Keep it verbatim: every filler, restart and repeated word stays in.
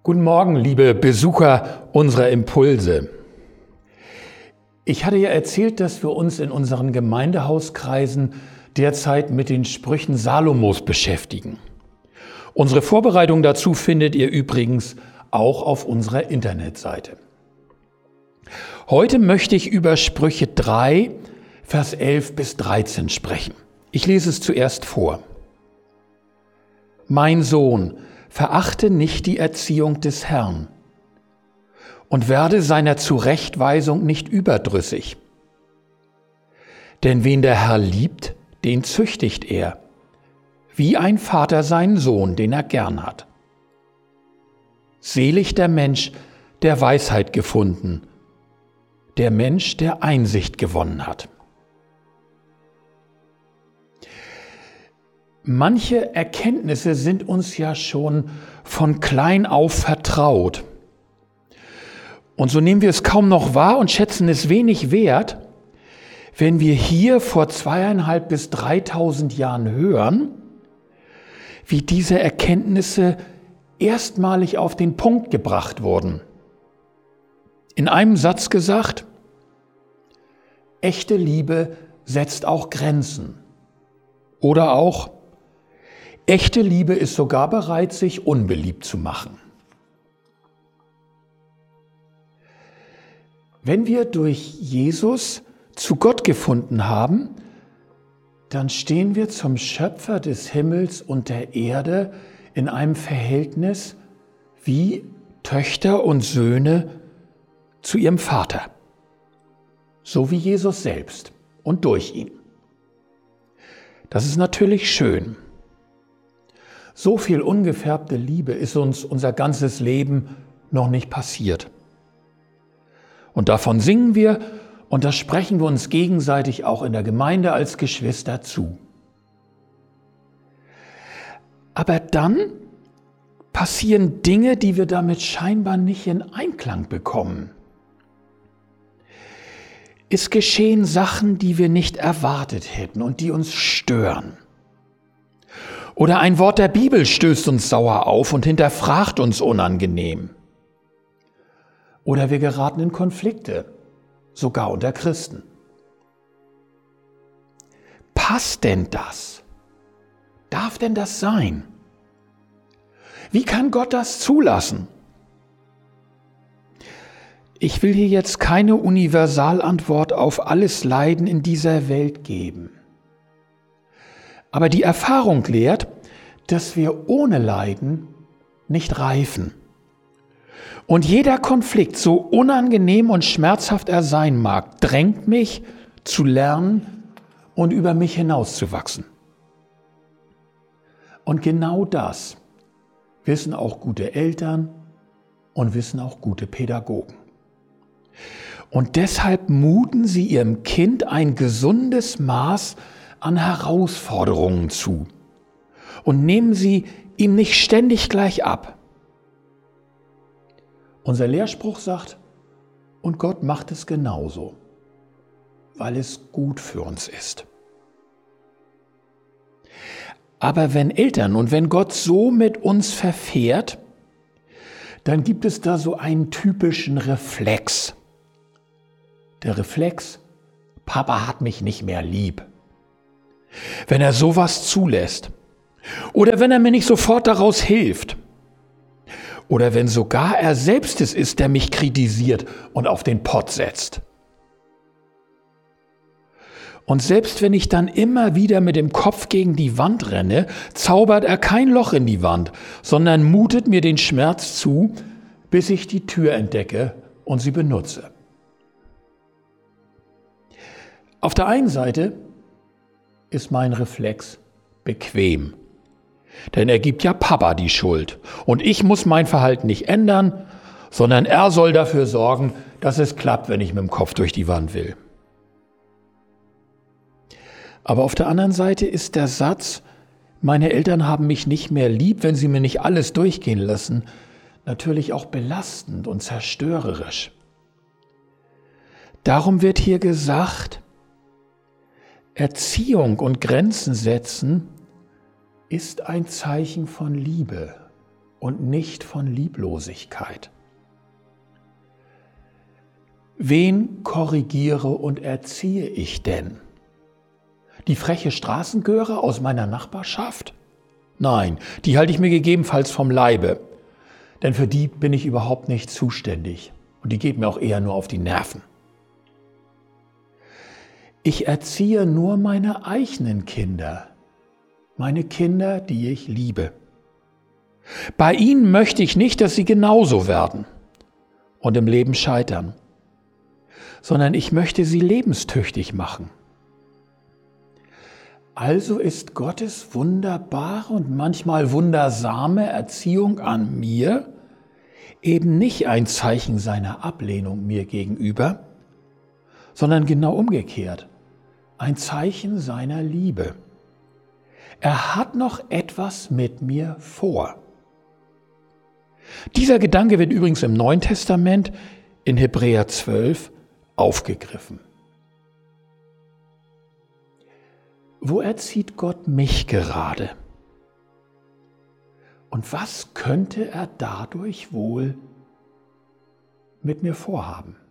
Guten Morgen, liebe Besucher unserer Impulse. Ich hatte ja erzählt, dass wir uns in unseren Gemeindehauskreisen derzeit mit den Sprüchen Salomos beschäftigen. Unsere Vorbereitung dazu findet ihr übrigens auch auf unserer Internetseite. Heute möchte ich über Sprüche drei, Vers elf bis dreizehn sprechen. Ich lese es zuerst vor. Mein Sohn, verachte nicht die Erziehung des Herrn und werde seiner Zurechtweisung nicht überdrüssig. Denn wen der Herr liebt, den züchtigt er, wie ein Vater seinen Sohn, den er gern hat. Selig der Mensch, der Weisheit gefunden, der Mensch, der Einsicht gewonnen hat. Manche Erkenntnisse sind uns ja schon von klein auf vertraut. Und so nehmen wir es kaum noch wahr und schätzen es wenig wert, wenn wir hier vor zweieinhalb bis dreitausend Jahren hören, wie diese Erkenntnisse erstmalig auf den Punkt gebracht wurden. In einem Satz gesagt: Echte Liebe setzt auch Grenzen. Oder auch: Echte Liebe ist sogar bereit, sich unbeliebt zu machen. Wenn wir durch Jesus zu Gott gefunden haben, dann stehen wir zum Schöpfer des Himmels und der Erde in einem Verhältnis wie Töchter und Söhne zu ihrem Vater, so wie Jesus selbst und durch ihn. Das ist natürlich schön. So viel ungefärbte Liebe ist uns unser ganzes Leben noch nicht passiert. Und davon singen wir und das sprechen wir uns gegenseitig auch in der Gemeinde als Geschwister zu. Aber dann passieren Dinge, die wir damit scheinbar nicht in Einklang bekommen. Es geschehen Sachen, die wir nicht erwartet hätten und die uns stören. Oder ein Wort der Bibel stößt uns sauer auf und hinterfragt uns unangenehm. Oder wir geraten in Konflikte, sogar unter Christen. Passt denn das? Darf denn das sein? Wie kann Gott das zulassen? Ich will hier jetzt keine Universalantwort auf alles Leiden in dieser Welt geben. Aber die Erfahrung lehrt, dass wir ohne Leiden nicht reifen. Und jeder Konflikt, so unangenehm und schmerzhaft er sein mag, drängt mich zu lernen und über mich hinauszuwachsen. Und genau das wissen auch gute Eltern und wissen auch gute Pädagogen. Und deshalb muten sie ihrem Kind ein gesundes Maß an Herausforderungen zu und nehmen sie ihm nicht ständig gleich ab. Unser Lehrspruch sagt, und Gott macht es genauso, weil es gut für uns ist. Aber wenn Eltern und wenn Gott so mit uns verfährt, dann gibt es da so einen typischen Reflex. Der Reflex: Papa hat mich nicht mehr lieb. Wenn er sowas zulässt oder wenn er mir nicht sofort daraus hilft oder wenn sogar er selbst es ist, der mich kritisiert und auf den Pott setzt. Und selbst wenn ich dann immer wieder mit dem Kopf gegen die Wand renne, zaubert er kein Loch in die Wand, sondern mutet mir den Schmerz zu, bis ich die Tür entdecke und sie benutze. Auf der einen Seite ist mein Reflex bequem. Denn er gibt ja Papa die Schuld. Und ich muss mein Verhalten nicht ändern, sondern er soll dafür sorgen, dass es klappt, wenn ich mit dem Kopf durch die Wand will. Aber auf der anderen Seite ist der Satz, meine Eltern haben mich nicht mehr lieb, wenn sie mir nicht alles durchgehen lassen, natürlich auch belastend und zerstörerisch. Darum wird hier gesagt, Erziehung und Grenzen setzen ist ein Zeichen von Liebe und nicht von Lieblosigkeit. Wen korrigiere und erziehe ich denn? Die freche Straßengöre aus meiner Nachbarschaft? Nein, die halte ich mir gegebenenfalls vom Leibe, denn für die bin ich überhaupt nicht zuständig und die geht mir auch eher nur auf die Nerven. Ich erziehe nur meine eigenen Kinder, meine Kinder, die ich liebe. Bei ihnen möchte ich nicht, dass sie genauso werden und im Leben scheitern, sondern ich möchte sie lebenstüchtig machen. Also ist Gottes wunderbare und manchmal wundersame Erziehung an mir eben nicht ein Zeichen seiner Ablehnung mir gegenüber, sondern genau umgekehrt, ein Zeichen seiner Liebe. Er hat noch etwas mit mir vor. Dieser Gedanke wird übrigens im Neuen Testament in Hebräer zwölf aufgegriffen. Wo erzieht Gott mich gerade? Und was könnte er dadurch wohl mit mir vorhaben?